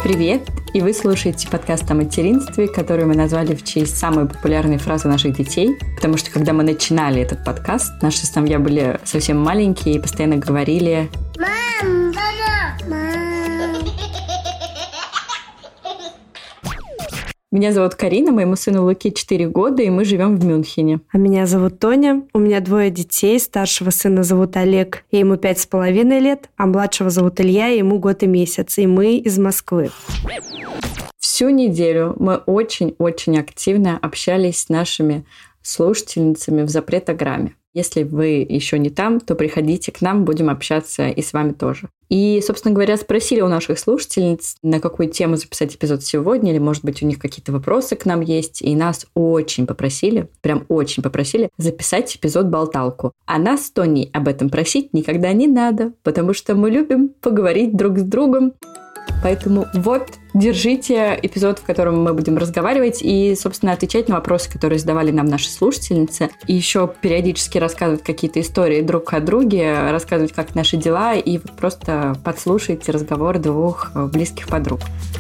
Привет! И вы слушаете подкаст о материнстве, который мы назвали в честь самой популярной фразы наших детей. Потому что, когда мы начинали этот подкаст, наши сыновья были совсем маленькие и постоянно говорили: «Мам, папа, мам». Меня зовут Карина, моему сыну Луке 4 года, и мы живем в Мюнхене. А меня зовут Тоня, у меня 2 детей, старшего сына зовут Олег, и ему 5,5 лет, а младшего зовут Илья, и ему 1 год и месяц, и мы из Москвы. Всю неделю мы очень-очень активно общались с нашими слушательницами в Запретограмме. Если вы еще не там, то приходите к нам, будем общаться и с вами тоже. И, собственно говоря, спросили у наших слушательниц, на какую тему записать эпизод сегодня, или, может быть, у них какие-то вопросы к нам есть, и нас очень попросили, прям очень попросили записать эпизод-болталку. А нас с Тоней об этом просить никогда не надо, потому что мы любим поговорить друг с другом. Поэтому вот, держите эпизод, в котором мы будем разговаривать и, собственно, отвечать на вопросы, которые задавали нам наши слушательницы. И еще периодически рассказывать какие-то истории друг о друге, рассказывать, как наши дела, и вот просто подслушайте разговор 2 близких подруг.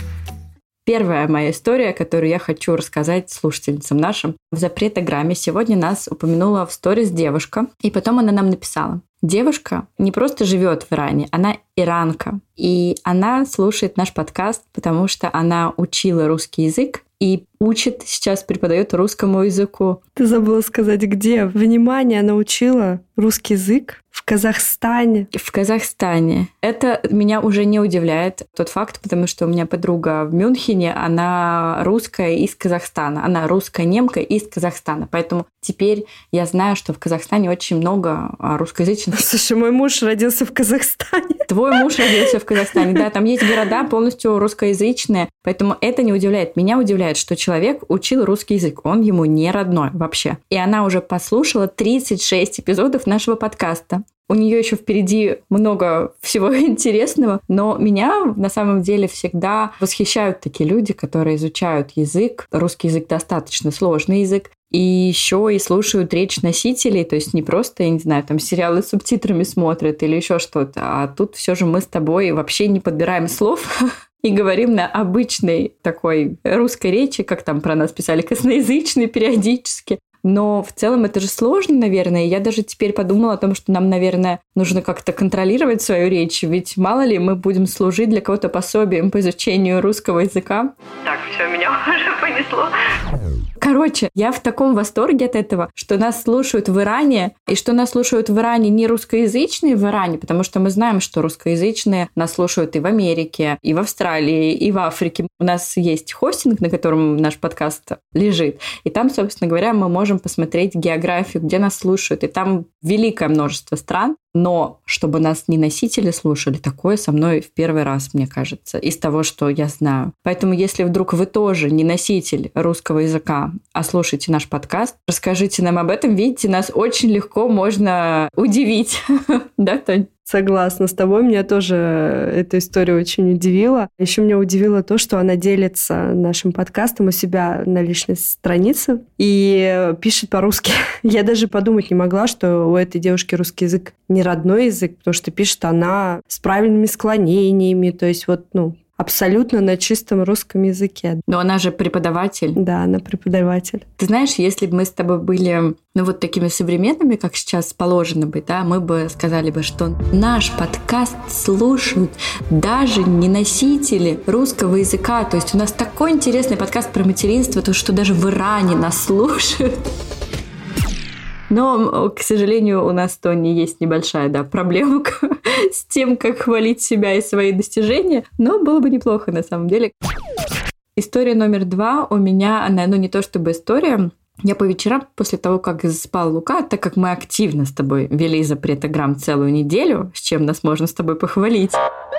Первая моя история, которую я хочу рассказать слушательницам нашим. В Запретограмме сегодня нас упомянула в сторис девушка, и потом она нам написала. Девушка не просто живет в Иране, она иранка. И она слушает наш подкаст, потому что она учила русский язык и учит, сейчас преподает русскому языку. Ты забыла сказать, где? Внимание, она учила русский язык в Казахстане. В Казахстане. Это меня уже не удивляет, тот факт, потому что у меня подруга в Мюнхене, она русская из Казахстана. Она русская немка из Казахстана. Поэтому теперь я знаю, что в Казахстане очень много русскоязычных. Слушай, мой муж родился в Казахстане. Твой муж родился в Казахстане. Да, там есть города полностью русскоязычные. Поэтому это не удивляет. Меня удивляет, что человек учил русский язык. Он ему не родной вообще. И она уже послушала 36 эпизодов нашего подкаста. У нее еще впереди много всего интересного, но меня на самом деле всегда восхищают такие люди, которые изучают язык. Русский язык достаточно сложный язык. И еще и слушают речь носителей, то есть не просто, я не знаю, там сериалы с субтитрами смотрят или еще что-то, а тут все же мы с тобой вообще не подбираем слов и говорим на обычной такой русской речи, как там про нас писали, косноязычной периодически. Но в целом это же сложно, наверное. И я даже теперь подумала о том, что нам, наверное, нужно как-то контролировать свою речь. Ведь мало ли мы будем служить для кого-то пособием по изучению русского языка. Так, все, меня уже понесло. Короче, я в таком восторге от этого, что нас слушают в Иране, и что нас слушают в Иране не русскоязычные в Иране, потому что мы знаем, что русскоязычные нас слушают и в Америке, и в Австралии, и в Африке. У нас есть хостинг, на котором наш подкаст лежит, и там, собственно говоря, мы можем посмотреть географию, где нас слушают, и там великое множество стран. Но чтобы нас не носители слушали, такое со мной в первый раз, мне кажется, из того, что я знаю. Поэтому, если вдруг вы тоже не носитель русского языка, а слушаете наш подкаст, расскажите нам об этом. Видите, нас очень легко можно удивить. Да, Тонь? Согласна с тобой, меня тоже эта история очень удивила. Еще меня удивило то, что она делится нашим подкастом у себя на личной странице и пишет по-русски. Я даже подумать не могла, что у этой девушки русский язык не родной язык, потому что пишет она с правильными склонениями, то есть вот, абсолютно на чистом русском языке. Но она же преподаватель. Да, она преподаватель. Ты знаешь, если бы мы с тобой были, вот такими современными, как сейчас положено быть, да, мы бы сказали бы, что наш подкаст слушают даже не носители русского языка. То есть у нас такой интересный подкаст про материнство, то, что даже в Иране нас слушают. Но, к сожалению, у нас, Тони, есть небольшая, проблемка с тем, как хвалить себя и свои достижения. Но было бы неплохо, на самом деле. История номер 2 у меня, она, не то чтобы история. Я по вечерам, после того, как спал Лука, так как мы активно с тобой вели Запретограмм целую неделю, с чем нас можно с тобой похвалить,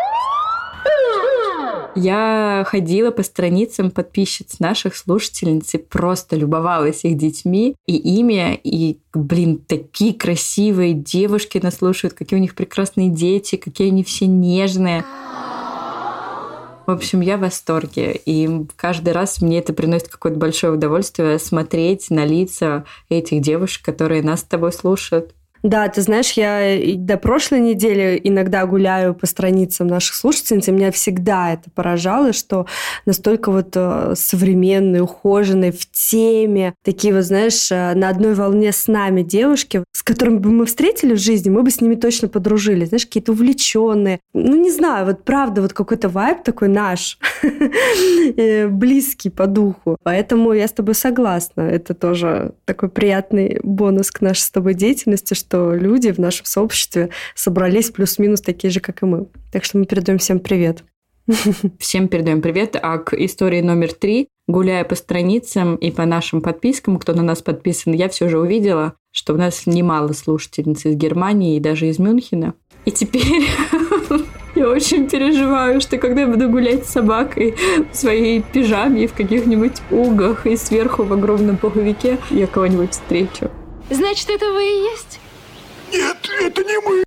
я ходила по страницам подписчиц наших слушательниц и просто любовалась их детьми и ими. И, такие красивые девушки нас слушают, какие у них прекрасные дети, какие они все нежные. В общем, я в восторге. И каждый раз мне это приносит какое-то большое удовольствие смотреть на лица этих девушек, которые нас с тобой слушают. Да, ты знаешь, я и до прошлой недели иногда гуляю по страницам наших слушательниц, и меня всегда это поражало, что настолько вот современные, ухоженные, в теме, такие вот, знаешь, на одной волне с нами девушки, с которыми бы мы встретили в жизни, мы бы с ними точно подружились, знаешь, какие-то увлеченные. Ну, не знаю, вот правда, вот какой-то вайб такой наш, близкий по духу. Поэтому я с тобой согласна. Это тоже такой приятный бонус к нашей с тобой деятельности, что люди в нашем сообществе собрались плюс-минус такие же, как и мы. Так что мы передаем всем привет. Всем передаем привет. А к истории номер 3, гуляя по страницам и по нашим подпискам, кто на нас подписан, я все же увидела, что у нас немало слушательниц из Германии и даже из Мюнхена. И теперь я очень переживаю, что когда я буду гулять с собакой в своей пижаме в каких-нибудь угах и сверху в огромном пуховике, я кого-нибудь встречу. Значит, это вы и есть? Нет, это не мы.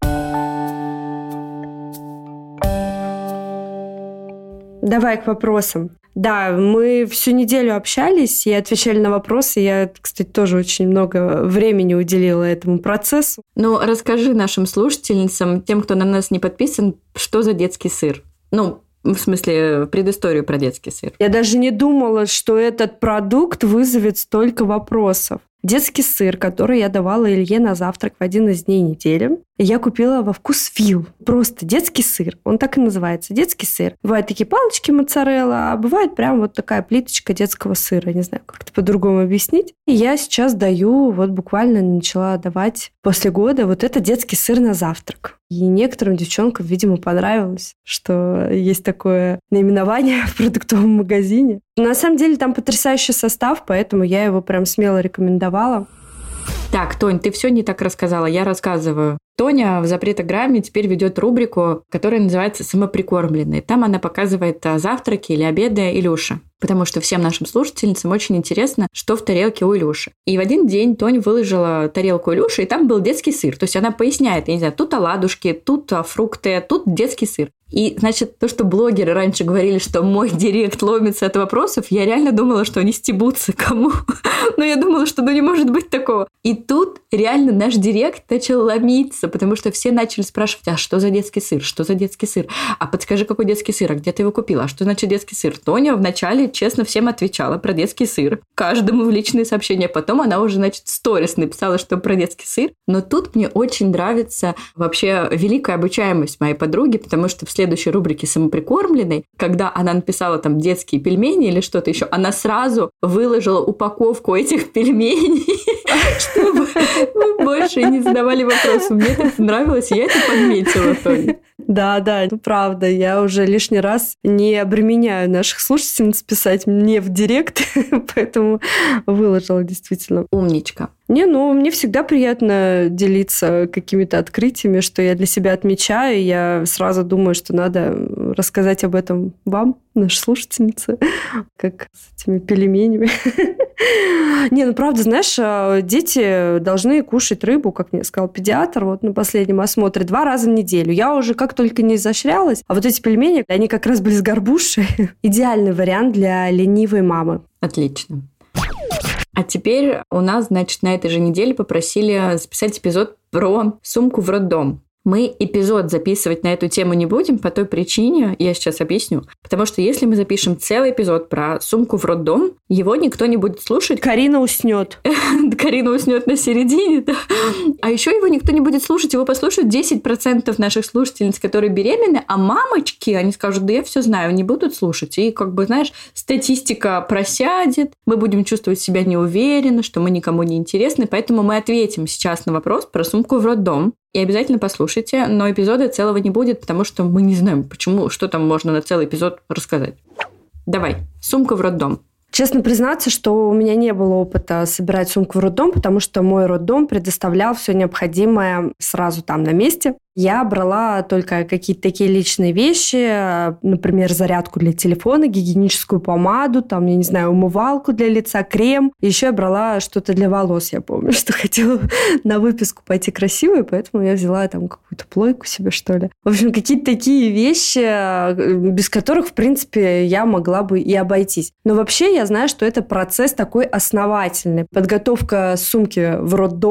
Давай к вопросам. Да, мы всю неделю общались и отвечали на вопросы. Я, кстати, тоже очень много времени уделила этому процессу. Ну, расскажи нашим слушательницам, тем, кто на нас не подписан, что за детский сыр? Ну, в смысле, предысторию про детский сыр. Я даже не думала, что этот продукт вызовет столько вопросов. Детский сыр, который я давала Илье на завтрак в один из дней недели, я купила во Вкусвилл. Просто детский сыр. Он так и называется. Детский сыр. Бывают такие палочки моцарелла, а бывает прям вот такая плиточка детского сыра. Не знаю, как это по-другому объяснить. И я сейчас даю, вот буквально начала давать после года вот этот детский сыр на завтрак. И некоторым девчонкам, видимо, понравилось, что есть такое наименование в продуктовом магазине. На самом деле там потрясающий состав, поэтому я его прям смело рекомендовала. Так, Тонь, ты все не так рассказала, я рассказываю. Тоня в Запретограмме теперь ведет рубрику, которая называется «Самоприкормленные». Там она показывает завтраки или обеды Илюши. Потому что всем нашим слушательницам очень интересно, что в тарелке у Илюши. И в один день Тоня выложила тарелку Илюши, и там был детский сыр. То есть она поясняет, я не знаю, тут оладушки, тут фрукты, тут детский сыр. И, значит, то, что блогеры раньше говорили, что мой директ ломится от вопросов, я реально думала, что они стебутся кому. Но я думала, что не может быть такого. И тут реально наш директ начал ломиться, потому что все начали спрашивать, а что за детский сыр? Что за детский сыр? А подскажи, какой детский сыр? А где ты его купила? А что значит детский сыр? Тоня вначале честно всем отвечала про детский сыр. Каждому в личные сообщения. Потом она уже, значит, сторис написала, что про детский сыр. Но тут мне очень нравится вообще великая обучаемость моей подруги, потому что в следующей рубрике «Самоприкормленной», когда она написала там детские пельмени или что-то еще, она сразу выложила упаковку этих пельменей, чтобы мы больше не задавали вопросы. Мне это нравилось, и я это подметила, Тоня. Да, это правда. Я уже лишний раз не обременяю наших слушательниц писать мне в директ, поэтому выложила действительно. Умничка. Мне всегда приятно делиться какими-то открытиями, что я для себя отмечаю. Я сразу думаю, что надо рассказать об этом вам, наши слушательницы, как с этими пельменями. Правда, знаешь, дети должны кушать рыбу, как мне сказал педиатр, вот на последнем осмотре, 2 раза в неделю. Я уже как только не изощрялась, а вот эти пельмени, они как раз были с горбушей. Идеальный вариант для ленивой мамы. Отлично. А теперь у нас, значит, на этой же неделе попросили записать эпизод про сумку в роддом. Мы эпизод записывать на эту тему не будем по той причине, я сейчас объясню. Потому что если мы запишем целый эпизод про сумку в роддом, его никто не будет слушать. Карина уснет. Карина уснет на середине, да. А еще его никто не будет слушать. Его послушают 10% наших слушательниц, которые беременны, а мамочки, они скажут, да я все знаю, не будут слушать. И знаешь, статистика просядет, мы будем чувствовать себя неуверенно, что мы никому не интересны. Поэтому мы ответим сейчас на вопрос про сумку в роддом. И обязательно послушайте, но эпизода целого не будет, потому что мы не знаем, почему, что там можно на целый эпизод рассказать. Давай, сумка в роддом. Честно признаться, что у меня не было опыта собирать сумку в роддом, потому что мой роддом предоставлял все необходимое сразу там на месте. Я брала только какие-то такие личные вещи, например, зарядку для телефона, гигиеническую помаду, там, я не знаю, умывалку для лица, крем. Еще я брала что-то для волос, я помню, что хотела на выписку пойти красивой, поэтому я взяла там какую-то плойку себе, что ли. В общем, какие-то такие вещи, без которых, в принципе, я могла бы и обойтись. Но вообще я знаю, что это процесс такой основательный. Подготовка сумки в роддом,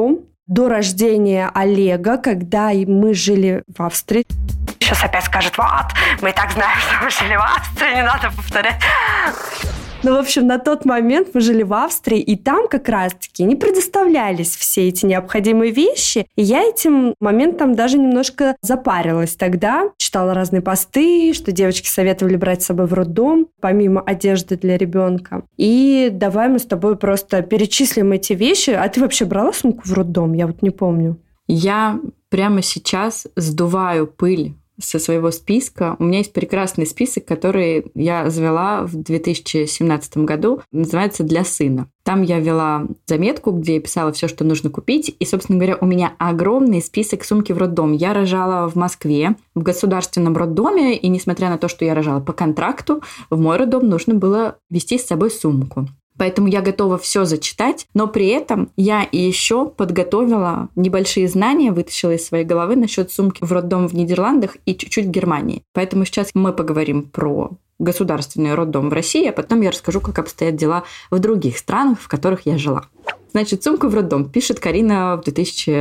до рождения Олега, когда мы жили в Австрии. Сейчас опять скажет, вот, мы и так знаем, что мы жили в Австрии, не надо повторять. Ну, в общем, на тот момент мы жили в Австрии, и там как раз-таки не предоставлялись все эти необходимые вещи. И я этим моментом даже немножко запарилась тогда. Читала разные посты, что девочки советовали брать с собой в роддом, помимо одежды для ребенка. И давай мы с тобой просто перечислим эти вещи. А ты вообще брала сумку в роддом? Я вот не помню. Я прямо сейчас сдуваю пыль со своего списка. У меня есть прекрасный список, который я завела в 2017 году. Называется «Для сына». Там я вела заметку, где я писала все, что нужно купить. И, собственно говоря, у меня огромный список сумки в роддом. Я рожала в Москве, в государственном роддоме. И несмотря на то, что я рожала по контракту, в мой роддом нужно было везти с собой сумку. Поэтому я готова все зачитать, но при этом я еще подготовила небольшие знания, вытащила из своей головы насчет сумки в роддом в Нидерландах и чуть-чуть в Германии. Поэтому сейчас мы поговорим про государственный роддом в России, а потом я расскажу, как обстоят дела в других странах, в которых я жила. Значит, сумку в роддом пишет Карина в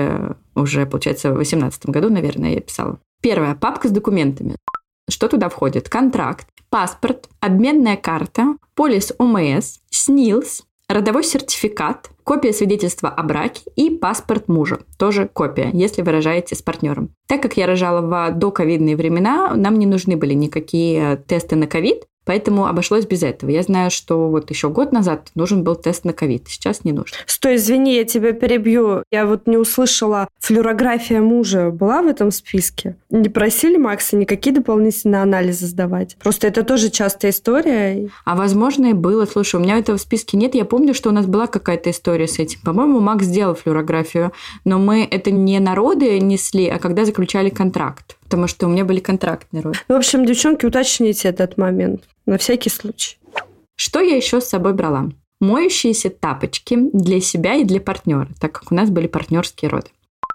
2018 году, наверное, я писала. Первое. Папка с документами. Что туда входит? Контракт, паспорт, обменная карта, полис ОМС, СНИЛС, родовой сертификат, копия свидетельства о браке и паспорт мужа. Тоже копия, если вы рожаете с партнером. Так как я рожала в доковидные времена, нам не нужны были никакие тесты на ковид, поэтому обошлось без этого. Я знаю, что вот еще год назад нужен был тест на ковид, сейчас не нужен. Стой, извини, я тебя перебью. Я вот не услышала, флюорография мужа была в этом списке? Не просили Макса никакие дополнительные анализы сдавать? Просто это тоже частая история. А возможно и было. Слушай, у меня этого в списке нет. Я помню, что у нас была какая-то история с этим. По-моему, Макс сделал флюорографию, но мы это не на роды несли, а когда заключали контракт. Потому что у меня были контрактные роды. В общем, девчонки, уточните этот момент. На всякий случай. Что я еще с собой брала? Моющиеся тапочки для себя и для партнера, так как у нас были партнерские роды.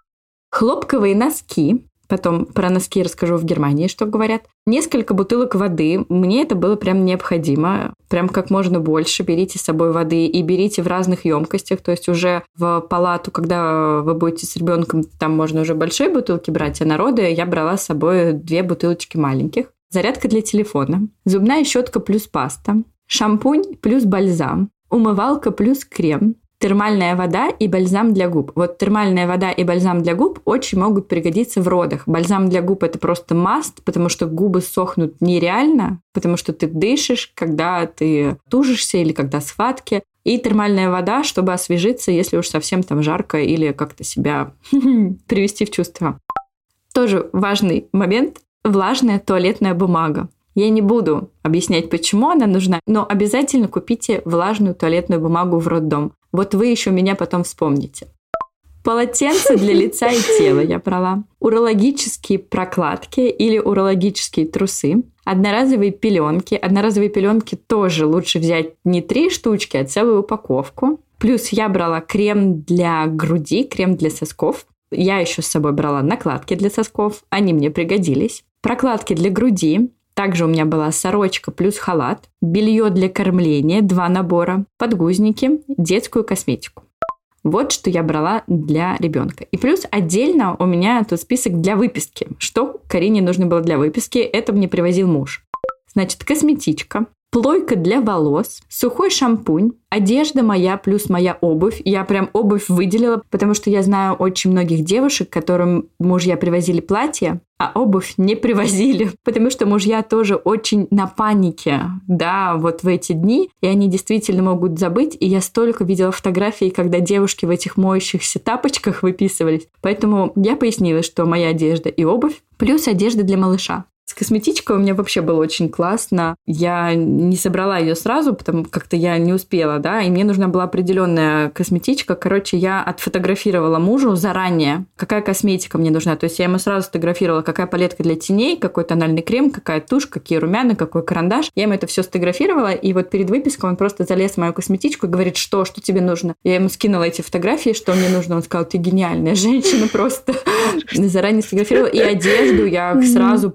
Хлопковые носки. Потом про носки расскажу в Германии, что говорят. Несколько бутылок воды. Мне это было прям необходимо. Прям как можно больше. Берите с собой воды и берите в разных емкостях. То есть уже в палату, когда вы будете с ребенком, там можно уже большие бутылки брать, а на роды я брала с собой 2 бутылочки маленьких. Зарядка для телефона. Зубная щетка плюс паста. Шампунь плюс бальзам. Умывалка плюс крем. Термальная вода и бальзам для губ. Вот термальная вода и бальзам для губ очень могут пригодиться в родах. Бальзам для губ – это просто must, потому что губы сохнут нереально, потому что ты дышишь, когда ты тужишься или когда схватки. И термальная вода, чтобы освежиться, если уж совсем там жарко или как-то себя привести в чувство. Тоже важный момент – влажная туалетная бумага. Я не буду объяснять, почему она нужна, но обязательно купите влажную туалетную бумагу в роддом. Вот вы еще меня потом вспомните. Полотенце для лица и тела я брала. Урологические прокладки или урологические трусы. Одноразовые пеленки. Одноразовые пеленки тоже лучше взять не 3 штучки, а целую упаковку. Плюс я брала крем для груди, крем для сосков. Я еще с собой брала накладки для сосков. Они мне пригодились. Прокладки для груди. Также у меня была сорочка плюс халат, белье для кормления, 2 набора, подгузники, детскую косметику. Вот что я брала для ребенка. И плюс отдельно у меня тут список для выписки. Что Карине нужно было для выписки, это мне привозил муж. Значит, косметичка, плойка для волос, сухой шампунь, одежда моя плюс моя обувь. Я прям обувь выделила, потому что я знаю очень многих девушек, которым мужья привозили платья, а обувь не привозили, потому что мужья тоже очень на панике, да, вот в эти дни, и они действительно могут забыть, и я столько видела фотографий, когда девушки в этих моющихся тапочках выписывались, поэтому я пояснила, что моя одежда и обувь, плюс одежда для малыша. С косметичкой у меня вообще было очень классно. Я не собрала ее сразу, потому как-то я не успела, да, и мне нужна была определенная косметичка. Короче, я отфотографировала мужу заранее, какая косметика мне нужна. То есть я ему сразу сфотографировала, какая палетка для теней, какой тональный крем, какая тушь, какие румяна, какой карандаш. Я ему это все сфотографировала, и вот перед выпиской он просто залез в мою косметичку и говорит, что тебе нужно. Я ему скинула эти фотографии, что мне нужно. Он сказал, ты гениальная женщина просто. Заранее сфотографировала. И одежду я сразу повесила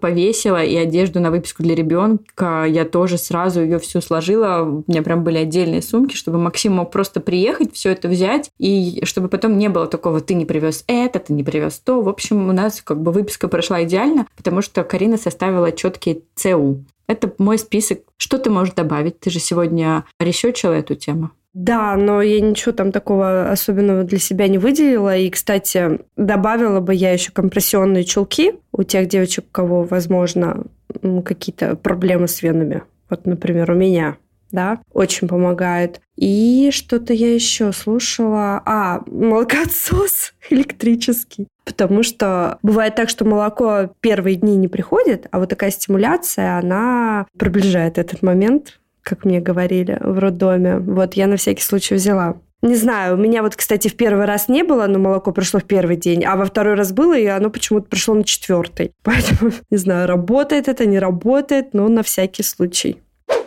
весело, и одежду на выписку для ребенка я тоже сразу ее всю сложила. У меня прям были отдельные сумки, чтобы Максим мог просто приехать, все это взять, и чтобы потом не было такого: ты не привез это, ты не привез то. В общем, у нас как бы выписка прошла идеально, потому что Карина составила четкий ЦУ. Это мой список. Что ты можешь добавить? Ты же сегодня ресерчила эту тему. Да, но я ничего там такого особенного для себя не выделила. И, кстати, добавила бы я еще компрессионные чулки у тех девочек, у кого, возможно, какие-то проблемы с венами. Вот, например, у меня, да, очень помогает. И что-то я еще слушала. Молокоотсос электрический. Потому что бывает так, что молоко первые дни не приходит, а вот такая стимуляция, она приближает этот момент, как мне говорили в роддоме. Вот я на всякий случай взяла. Не знаю, у меня вот, кстати, в первый раз не было, но молоко пришло в первый день, а во второй раз было, и оно почему-то пришло на 4-й. Поэтому, не знаю, работает это, не работает, но на всякий случай.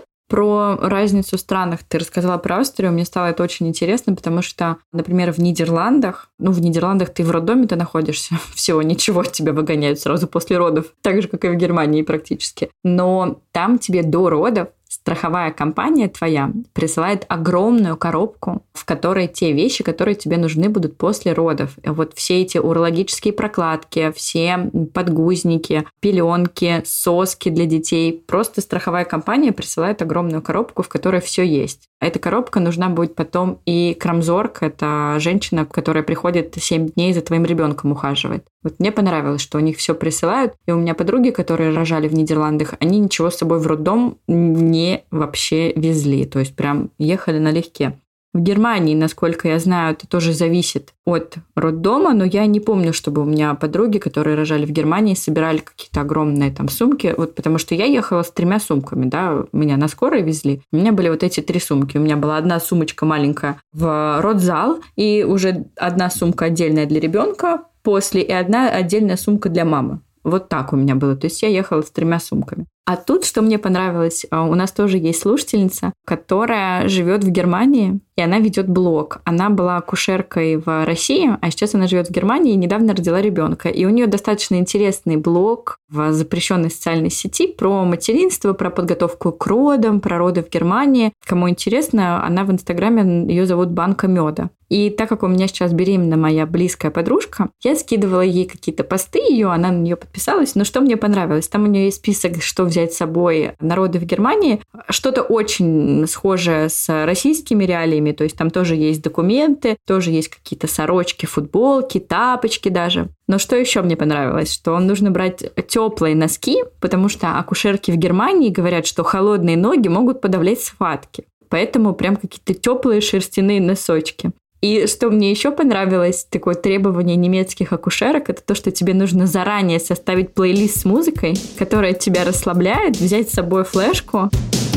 Про разницу в странах ты рассказала про Австрию. Мне стало это очень интересно, потому что, например, в Нидерландах ты в роддоме-то находишься, всего ничего, тебя выгоняют сразу после родов, так же, как и в Германии практически. Но там тебе до родов страховая компания твоя присылает огромную коробку, в которой те вещи, которые тебе нужны будут после родов. Вот все эти урологические прокладки, все подгузники, пеленки, соски для детей. Просто страховая компания присылает огромную коробку, в которой все есть. А эта коробка нужна будет потом и крамзорг. Это женщина, которая приходит 7 дней за твоим ребенком ухаживать. Вот мне понравилось, что у них все присылают. И у меня подруги, которые рожали в Нидерландах, они ничего с собой в роддом не вообще везли. То есть прям ехали налегке. В Германии, насколько я знаю, это тоже зависит от роддома, но я не помню, чтобы у меня подруги, которые рожали в Германии, собирали какие-то огромные там сумки, вот потому что я ехала с 3 сумками, да, меня на скорой везли, у меня были вот эти 3 сумки, у меня была одна сумочка маленькая в родзал, и уже одна сумка отдельная для ребенка после, и одна отдельная сумка для мамы. Вот так у меня было. То есть я ехала с 3 сумками. А тут, что мне понравилось, у нас тоже есть слушательница, которая живет в Германии, и она ведет блог. Она была акушеркой в России, а сейчас она живет в Германии и недавно родила ребенка. И у нее достаточно интересный блог в запрещенной социальной сети про материнство, про подготовку к родам, про роды в Германии. Кому интересно, она в Инстаграме, ее зовут Банка меда. И так как у меня сейчас беременна моя близкая подружка, я скидывала ей какие-то посты ее, она на нее подписалась. Но что мне понравилось? Там у нее есть список, что взять с собой на роды в Германии. Что-то очень схожее с российскими реалиями. То есть там тоже есть документы, тоже есть какие-то сорочки, футболки, тапочки даже. Но что еще мне понравилось? Что нужно брать теплые носки, потому что акушерки в Германии говорят, что холодные ноги могут подавлять схватки. Поэтому прям какие-то теплые шерстяные носочки. И что мне еще понравилось, такое требование немецких акушерок, это то, что тебе нужно заранее составить плейлист с музыкой, которая тебя расслабляет, взять с собой флешку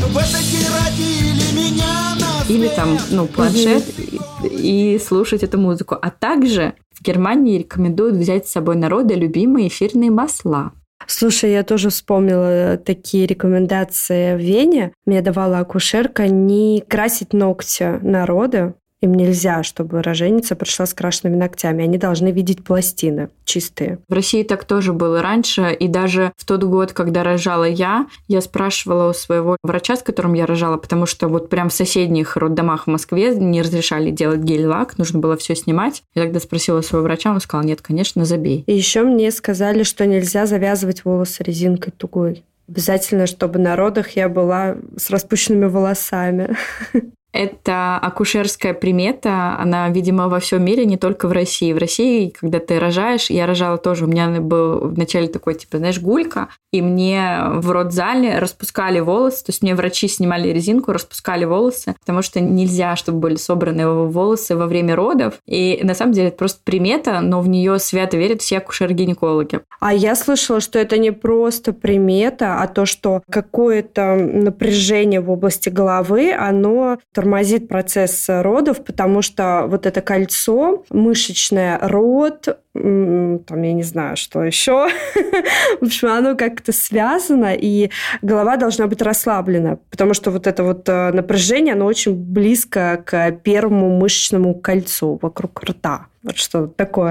или там, планшет и слушать эту музыку. А также в Германии рекомендуют взять с собой на роды любимые эфирные масла. Слушай, я тоже вспомнила такие рекомендации в Вене. Мне давала акушерка не красить ногти на роды. Им нельзя, чтобы роженица пришла с крашенными ногтями. Они должны видеть пластины чистые. В России так тоже было раньше. И даже в тот год, когда рожала я спрашивала у своего врача, с которым я рожала, потому что вот прям в соседних роддомах в Москве не разрешали делать гель-лак, нужно было все снимать. Я тогда спросила своего врача, он сказал: нет, конечно, забей. И еще мне сказали, что нельзя завязывать волосы резинкой тугой. Обязательно, чтобы на родах я была с распущенными волосами. Это акушерская примета, она, видимо, во всем мире, не только в России. В России, когда ты рожаешь, я рожала тоже, у меня был вначале такой, гулька, и мне в родзале распускали волосы, то есть мне врачи снимали резинку, распускали волосы, потому что нельзя, чтобы были собраны волосы во время родов. И на самом деле это просто примета, но в нее свято верят все акушеры-гинекологи. А я слышала, что это не просто примета, а то, что какое-то напряжение в области головы, оно тормозит процесс родов, потому что вот это кольцо мышечное, рот, там, я не знаю, что еще. В общем, оно как-то связано, и голова должна быть расслаблена, потому что вот это вот напряжение, оно очень близко к первому мышечному кольцу вокруг рта. Вот что такое.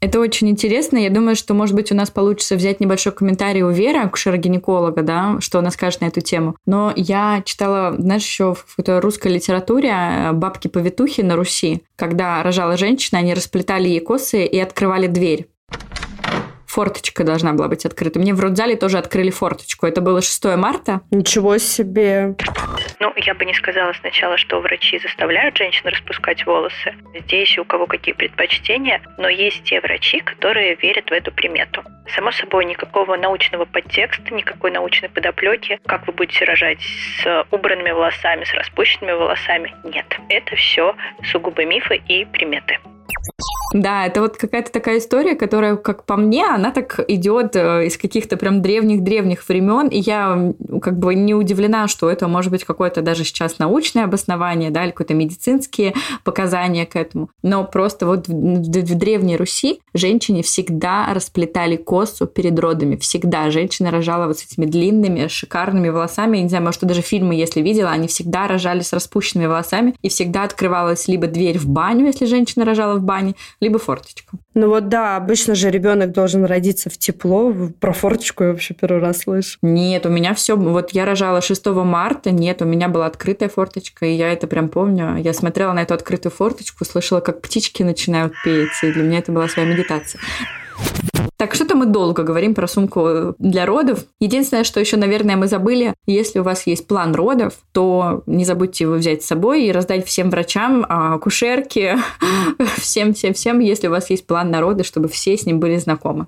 Это очень интересно. Я думаю, что, может быть, у нас получится взять небольшой комментарий у Веры, акушера-гинеколога, да, что она скажет на эту тему. Но я читала, знаешь, еще в какой-то русской литературе бабки-повитухи на Руси. Когда рожала женщина, они расплетали ей косы и открывали дверь. Форточка должна была быть открыта. Мне в родзале тоже открыли форточку. Это было 6 марта. Ничего себе. Ну, я бы не сказала сначала, что врачи заставляют женщин распускать волосы. Здесь у кого какие предпочтения, но есть те врачи, которые верят в эту примету. Само собой, никакого научного подтекста, никакой научной подоплеки, как вы будете рожать с убранными волосами, с распущенными волосами, нет. Это все сугубо мифы и приметы. Да, это вот какая-то такая история, которая, как по мне, она так идет из каких-то прям древних-древних времен, и я как бы не удивлена, что это может быть какое-то даже сейчас научное обоснование, да, или какое-то медицинские показания к этому. Но просто вот в Древней Руси женщине всегда расплетали косу перед родами, всегда. Женщина рожала вот с этими длинными, шикарными волосами, я не знаю, может, ты даже фильмы, если видела, они всегда рожали с распущенными волосами, и всегда открывалась либо дверь в баню, если женщина рожала в бане, либо форточка. Ну вот да, обычно же ребенок должен родиться в тепло. Про форточку я вообще первый раз слышу. Нет, у меня все. Вот я рожала 6 марта, нет, у меня была открытая форточка, и я это прям помню. Я смотрела на эту открытую форточку, слышала, как птички начинают петь, и для меня это была своя медитация. Так, что-то мы долго говорим про сумку для родов. Единственное, что еще, наверное, мы забыли, если у вас есть план родов, то не забудьте его взять с собой и раздать всем врачам, акушерке, всем, если у вас есть план на роды, чтобы все с ним были знакомы.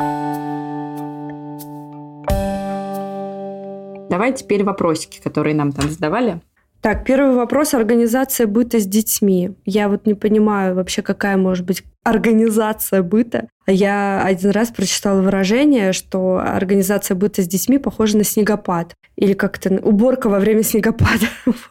Давай теперь вопросики, которые нам там задавали. Так, первый вопрос – организация быта с детьми. Я вот не понимаю вообще, какая может быть организация быта. Я один раз прочитала выражение, что организация быта с детьми похожа на снегопад. Или как-то уборка во время снегопада.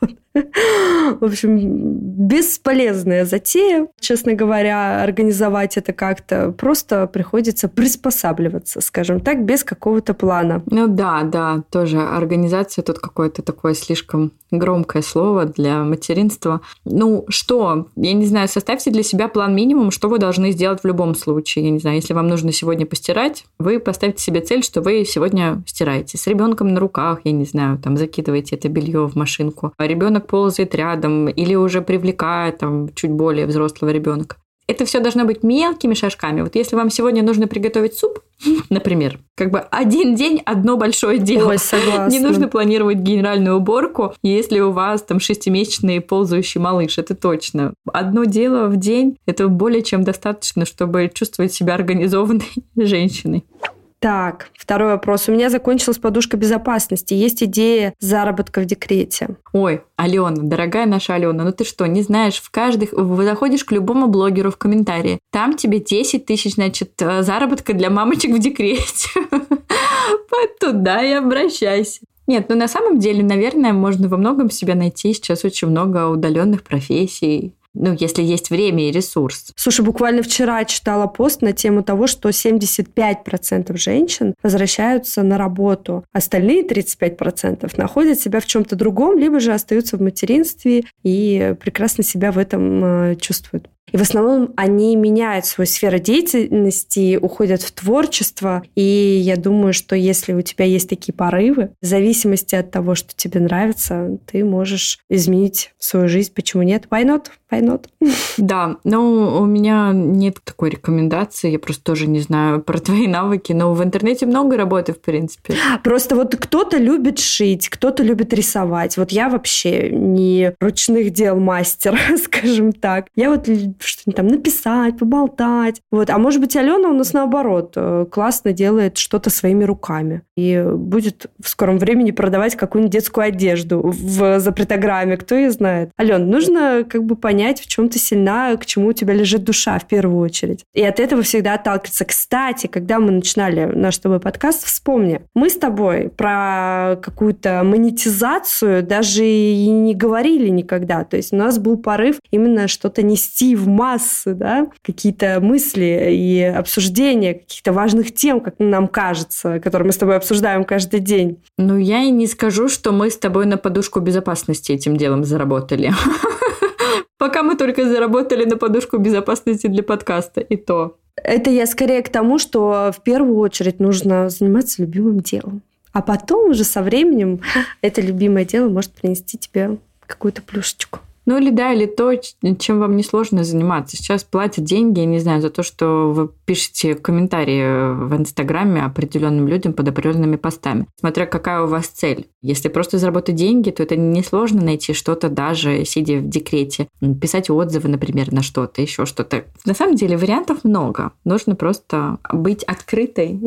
В общем, бесполезная затея, честно говоря, организовать это как-то. Просто приходится приспосабливаться, скажем так, без какого-то плана. Ну да, тоже организация тут какое-то такое слишком громкое слово для материнства. Ну что, я не знаю, составьте для себя план минимум, что вы должны сделать в любом случае. Я не знаю, если вам нужно сегодня постирать, вы поставьте себе цель, что вы сегодня стираете. С ребенком на руках, я не знаю, там закидываете это белье в машинку. А ребенок ползает рядом или уже привлекает там чуть более взрослого ребенка. Это все должно быть мелкими шажками. Вот если вам сегодня нужно приготовить суп, например, как бы один день одно большое дело. Ой, согласна. Не нужно планировать генеральную уборку, если у вас там 6-месячный ползающий малыш, это точно. Одно дело в день, это более чем достаточно, чтобы чувствовать себя организованной женщиной. Так, второй вопрос. У меня закончилась подушка безопасности. Есть идея заработка в декрете. Ой, Алена, дорогая наша Алена, ну ты что, не знаешь, вы заходишь к любому блогеру в комментарии, там тебе 10 тысяч, значит, заработка для мамочек в декрете. Туда и обращайся. Нет, ну на самом деле, наверное, можно во многом себя найти. Сейчас очень много удаленных профессий. Ну, если есть время и ресурс. Слушай, буквально вчера читала пост на тему того, что 75% женщин возвращаются на работу. Остальные 35% находят себя в чем-то другом, либо же остаются в материнстве и прекрасно себя в этом чувствуют. И в основном они меняют свою сферу деятельности, уходят в творчество. И я думаю, что если у тебя есть такие порывы, в зависимости от того, что тебе нравится, ты можешь изменить свою жизнь. Почему нет? Why not? Why not? Да, но у меня нет такой рекомендации. Я просто тоже не знаю про твои навыки. Но в интернете много работы, в принципе. Просто вот кто-то любит шить, кто-то любит рисовать. Вот я вообще не ручных дел мастер, скажем так. Я вот что-нибудь там написать, поболтать. Вот. А может быть, Алена у нас наоборот классно делает что-то своими руками. И будет в скором времени продавать какую-нибудь детскую одежду в запретограмме. Кто ее знает? Ален, нужно как бы понять, в чем ты сильна, к чему у тебя лежит душа в первую очередь. И от этого всегда отталкиваться. Кстати, когда мы начинали наш с тобой подкаст, вспомни, мы с тобой про какую-то монетизацию даже и не говорили никогда. То есть у нас был порыв именно что-то нести в массы, да, какие-то мысли и обсуждения каких-то важных тем, как нам кажется, которые мы с тобой обсуждаем каждый день. Ну, я и не скажу, что мы с тобой на подушку безопасности этим делом заработали. Пока мы только заработали на подушку безопасности для подкаста, и то. Это я скорее к тому, что в первую очередь нужно заниматься любимым делом. А потом уже со временем это любимое дело может принести тебе какую-то плюшечку. Ну или то, чем вам несложно заниматься. Сейчас платят деньги, я не знаю, за то, что вы пишете комментарии в Инстаграме определенным людям под определенными постами. Смотря какая у вас цель. Если просто заработать деньги, то это несложно найти что-то, даже сидя в декрете. Писать отзывы, например, на что-то, еще что-то. На самом деле вариантов много. Нужно просто быть открытой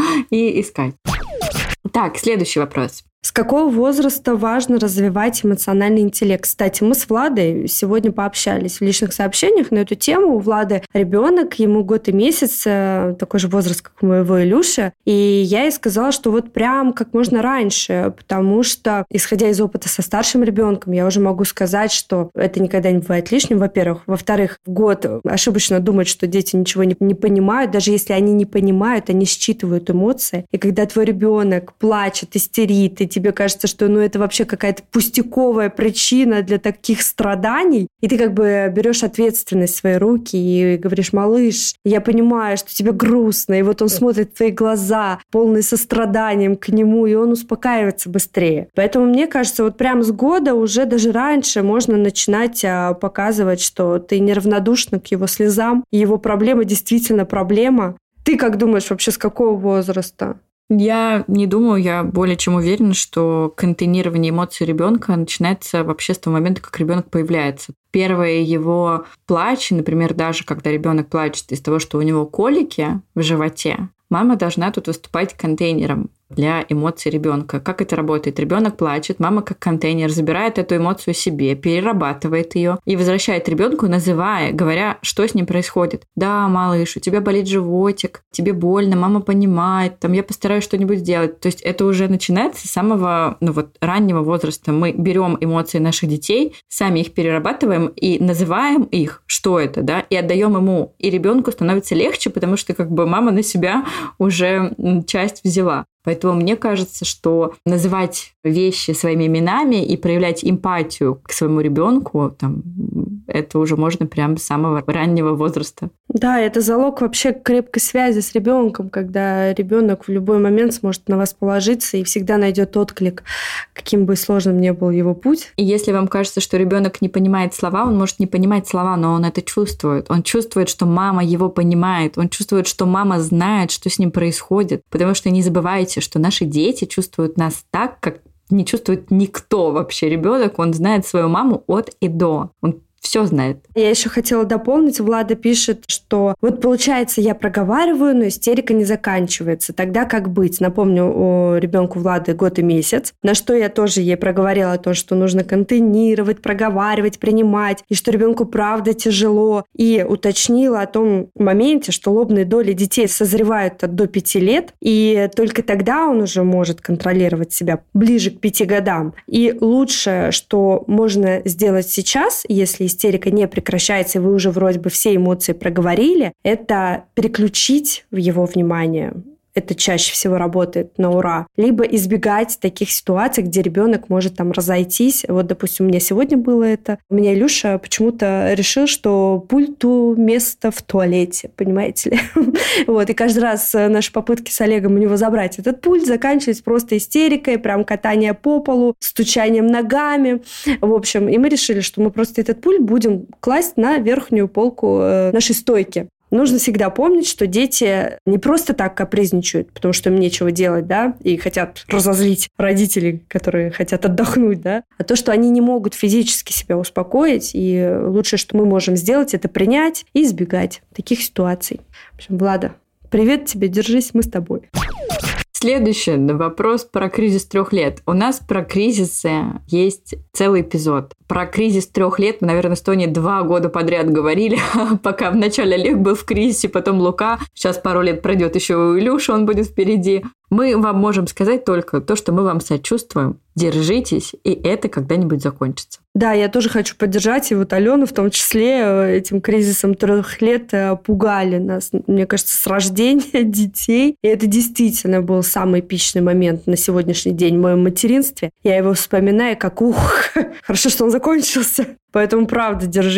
и искать. Так, следующий вопрос. С какого возраста важно развивать эмоциональный интеллект? Кстати, мы с Владой сегодня пообщались в личных сообщениях на эту тему. У Влады ребенок, ему год и месяц, такой же возраст, как у моего Илюши. И я ей сказала, что вот прям как можно раньше, потому что, исходя из опыта со старшим ребенком, я уже могу сказать, что это никогда не бывает лишним, во-первых. Во-вторых, в год ошибочно думать, что дети ничего не понимают. Даже если они не понимают, они считывают эмоции. И когда твой ребенок плачет, истерит, и тебе кажется, что это вообще какая-то пустяковая причина для таких страданий, и ты как бы берешь ответственность в свои руки и говоришь: малыш, я понимаю, что тебе грустно, и вот он смотрит в твои глаза, полные состраданием к нему, и он успокаивается быстрее. Поэтому мне кажется, вот прям с года, уже даже раньше можно начинать показывать, что ты неравнодушна к его слезам, и его проблема действительно проблема. Ты как думаешь вообще, с какого возраста? Я не думаю, я более чем уверена, что контейнирование эмоций ребенка начинается вообще с того момента, как ребенок появляется. Первый его плач, например, даже когда ребенок плачет из того, что у него колики в животе, мама должна тут выступать контейнером для эмоций ребенка. Как это работает? Ребенок плачет, мама как контейнер забирает эту эмоцию себе, перерабатывает ее и возвращает ребенку, говоря, что с ним происходит. Да, малыш, у тебя болит животик, тебе больно, мама понимает, я постараюсь что-нибудь сделать. То есть это уже начинается с самого раннего возраста. Мы берем эмоции наших детей, сами их перерабатываем и называем их, что это, да, и отдаем ему. И ребенку становится легче, потому что мама на себя уже часть взяла. Поэтому мне кажется, что называть вещи своими именами и проявлять эмпатию к своему ребенку, это уже можно прям с самого раннего возраста. Да, это залог вообще крепкой связи с ребенком, когда ребенок в любой момент сможет на вас положиться и всегда найдет отклик, каким бы сложным ни был его путь. И если вам кажется, что ребенок не понимает слова, он может не понимать слова, но он это чувствует. Он чувствует, что мама его понимает, он чувствует, что мама знает, что с ним происходит. Потому что не забывайте, что наши дети чувствуют нас так, как не чувствует никто вообще. Ребенок, он знает свою маму от и до. Он все знает. Я еще хотела дополнить. Влада пишет, что вот получается, я проговариваю, но истерика не заканчивается. Тогда как быть? Напомню, ребенку Влады год и месяц, на что я тоже ей проговорила о том, что нужно контейнировать, проговаривать, принимать, и что ребенку правда тяжело. И уточнила о том моменте, что лобные доли детей созревают до 5 лет, и только тогда он уже может контролировать себя ближе к 5 годам. И лучшее, что можно сделать сейчас, если истерика не прекращается, и вы уже вроде бы все эмоции проговорили, это переключить в его внимание. Это чаще всего работает на ура. Либо избегать таких ситуаций, где ребенок может разойтись. Вот, допустим, у меня сегодня было это. У меня Илюша почему-то решил, что пульту место в туалете, понимаете ли? Вот, и каждый раз наши попытки с Олегом у него забрать этот пульт заканчивались просто истерикой, прям катание по полу, стучанием ногами. В общем, и мы решили, что мы просто этот пульт будем класть на верхнюю полку нашей стойки. Нужно всегда помнить, что дети не просто так капризничают, потому что им нечего делать, да, и хотят разозлить родителей, которые хотят отдохнуть, да, а то, что они не могут физически себя успокоить, и лучшее, что мы можем сделать, это принять и избегать таких ситуаций. В общем, Влада, привет тебе, держись, мы с тобой. Следующий вопрос про кризис 3 лет. У нас про кризисы есть целый эпизод. Про кризис 3 лет мы, наверное, с Тони 2 года подряд говорили, пока вначале Олег был в кризисе, потом Лука. Сейчас пару лет пройдет еще у Илюши, он будет впереди. Мы вам можем сказать только то, что мы вам сочувствуем. Держитесь, и это когда-нибудь закончится. Да, я тоже хочу поддержать. И вот Алену в том числе этим кризисом 3 лет пугали нас, мне кажется, с рождения детей. И это действительно был самый эпичный момент на сегодняшний день в моем материнстве. Я его вспоминаю как, хорошо, что он закончился. Поэтому, правда, держись.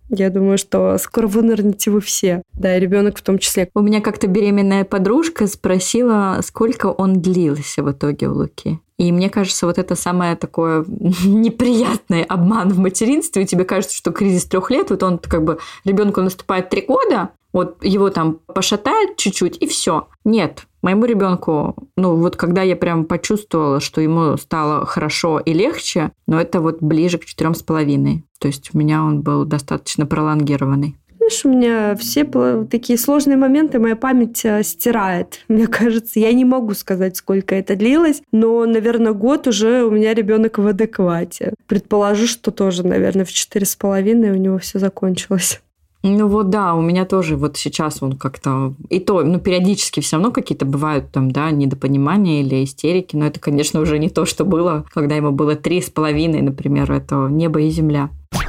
Я думаю, что скоро вынырнете вы все. Да, и ребенок в том числе. У меня как-то беременная подружка спросила, сколько он длился в итоге у Луки. И мне кажется, вот это самое такое неприятный обман в материнстве. Тебе кажется, что кризис 3 лет, вот он как бы, ребенку наступает 3 года, вот его там пошатает чуть-чуть, и все. Нет, моему ребенку, вот когда я прям почувствовала, что ему стало хорошо и легче, это вот ближе к 4,5. То есть у меня он был достаточно пролонгированный. Знаешь, у меня все такие сложные моменты моя память стирает. Мне кажется, я не могу сказать, сколько это длилось, но, наверное, год уже у меня ребенок в адеквате. Предположу, что тоже, наверное, в 4,5 у него все закончилось. Вот да, у меня тоже вот сейчас он как-то... И то, периодически все равно какие-то бывают там, да, недопонимания или истерики, но это, конечно, уже не то, что было, когда ему было 3,5, например, это небо и земля.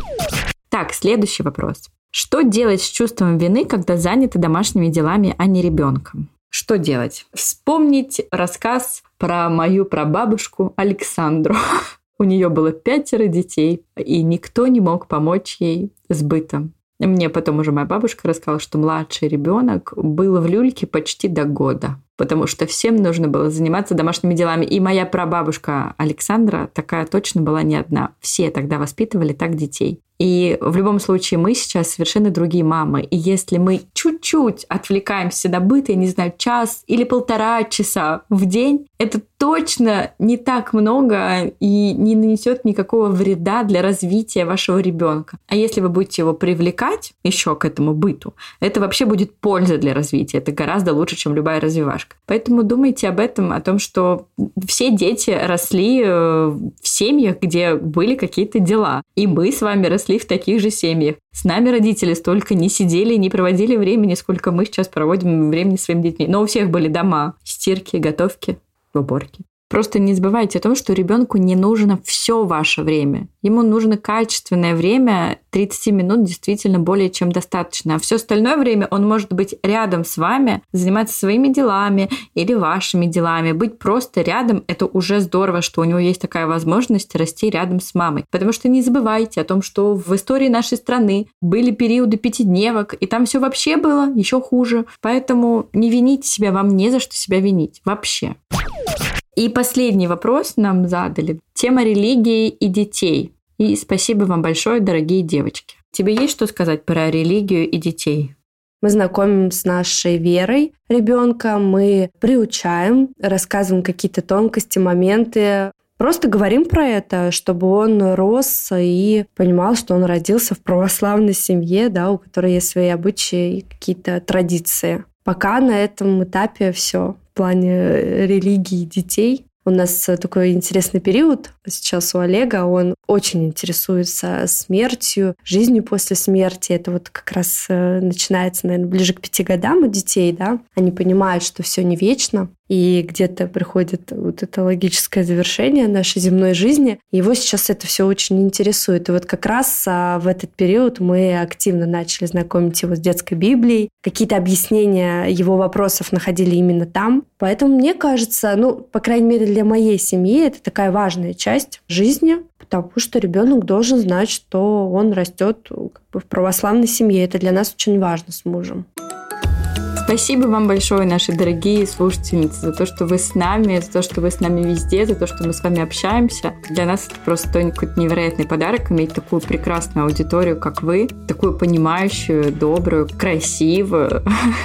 Так, следующий вопрос. Что делать с чувством вины, когда заняты домашними делами, а не ребенком? Что делать? Вспомнить рассказ про мою прабабушку Александру. У нее было 5 детей, и никто не мог помочь ей с бытом. Мне потом уже моя бабушка рассказала, что младший ребенок был в люльке почти до года, потому что всем нужно было заниматься домашними делами. И моя прабабушка Александра такая точно была не одна. Все тогда воспитывали так детей. И в любом случае мы сейчас совершенно другие мамы. И если мы чуть-чуть отвлекаемся на быт, я не знаю, час или 1,5 часа в день, это точно не так много и не нанесет никакого вреда для развития вашего ребенка. А если вы будете его привлекать еще к этому быту, это вообще будет польза для развития. Это гораздо лучше, чем любая развивашка. Поэтому думайте об этом, о том, что все дети росли в семьях, где были какие-то дела. И мы с вами росли в таких же семьях. С нами родители столько не сидели и не проводили времени, сколько мы сейчас проводим времени с своими детьми. Но у всех были дома, стирки, готовки, уборки. Просто не забывайте о том, что ребенку не нужно все ваше время. Ему нужно качественное время, 30 минут действительно более чем достаточно. А все остальное время он может быть рядом с вами, заниматься своими делами или вашими делами. Быть просто рядом — это уже здорово, что у него есть такая возможность расти рядом с мамой. Потому что не забывайте о том, что в истории нашей страны были периоды 5-дневок, и там все вообще было еще хуже. Поэтому не вините себя, вам не за что себя винить вообще. И последний вопрос нам задали. Тема религии и детей. И спасибо вам большое, дорогие девочки. Тебе есть что сказать про религию и детей? Мы знакомим с нашей верой ребенка, мы приучаем, рассказываем какие-то тонкости, моменты. Просто говорим про это, чтобы он рос и понимал, что он родился в православной семье, да, у которой есть свои обычаи и какие-то традиции. Пока на этом этапе все. В плане религии детей. У нас такой интересный период сейчас у Олега. Он очень интересуется смертью, жизнью после смерти. Это вот как раз начинается, наверное, ближе к 5 годам у детей, да. Они понимают, что все не вечно. И где-то приходит вот это логическое завершение нашей земной жизни. И его сейчас это все очень интересует. И вот как раз в этот период мы активно начали знакомить его с детской Библией. Какие-то объяснения его вопросов находили именно там. Поэтому мне кажется, по крайней мере для моей семьи, это такая важная часть жизни, потому что ребенок должен знать, что он растет в православной семье. Это для нас очень важно с мужем. Спасибо вам большое, наши дорогие слушательницы, за то, что вы с нами, за то, что вы с нами везде, за то, что мы с вами общаемся. Для нас это просто какой-то невероятный подарок иметь такую прекрасную аудиторию, как вы, такую понимающую, добрую, красивую.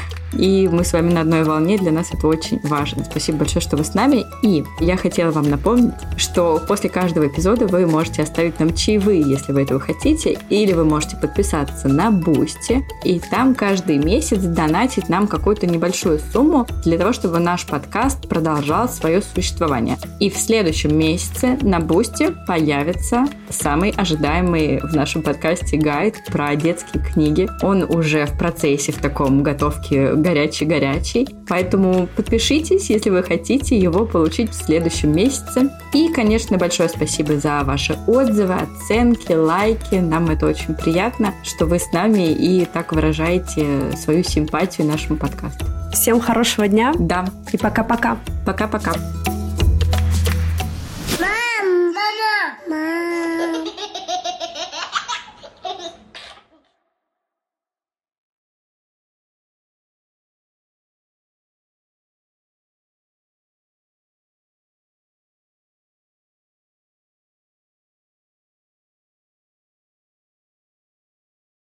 И мы с вами на одной волне, для нас это очень важно. Спасибо большое, что вы с нами. И я хотела вам напомнить, что после каждого эпизода вы можете оставить нам чаевые, если вы этого хотите, или вы можете подписаться на Boosty, и там каждый месяц донатить нам какую-то небольшую сумму для того, чтобы наш подкаст продолжал свое существование. И в следующем месяце на Boosty появится самый ожидаемый в нашем подкасте гайд про детские книги. Он уже в процессе, в таком готовке горячий-горячий. Поэтому подпишитесь, если вы хотите его получить в следующем месяце. И, конечно, большое спасибо за ваши отзывы, оценки, лайки. Нам это очень приятно, что вы с нами и так выражаете свою симпатию нашему подкасту. Всем хорошего дня. Да. И пока-пока. Пока-пока.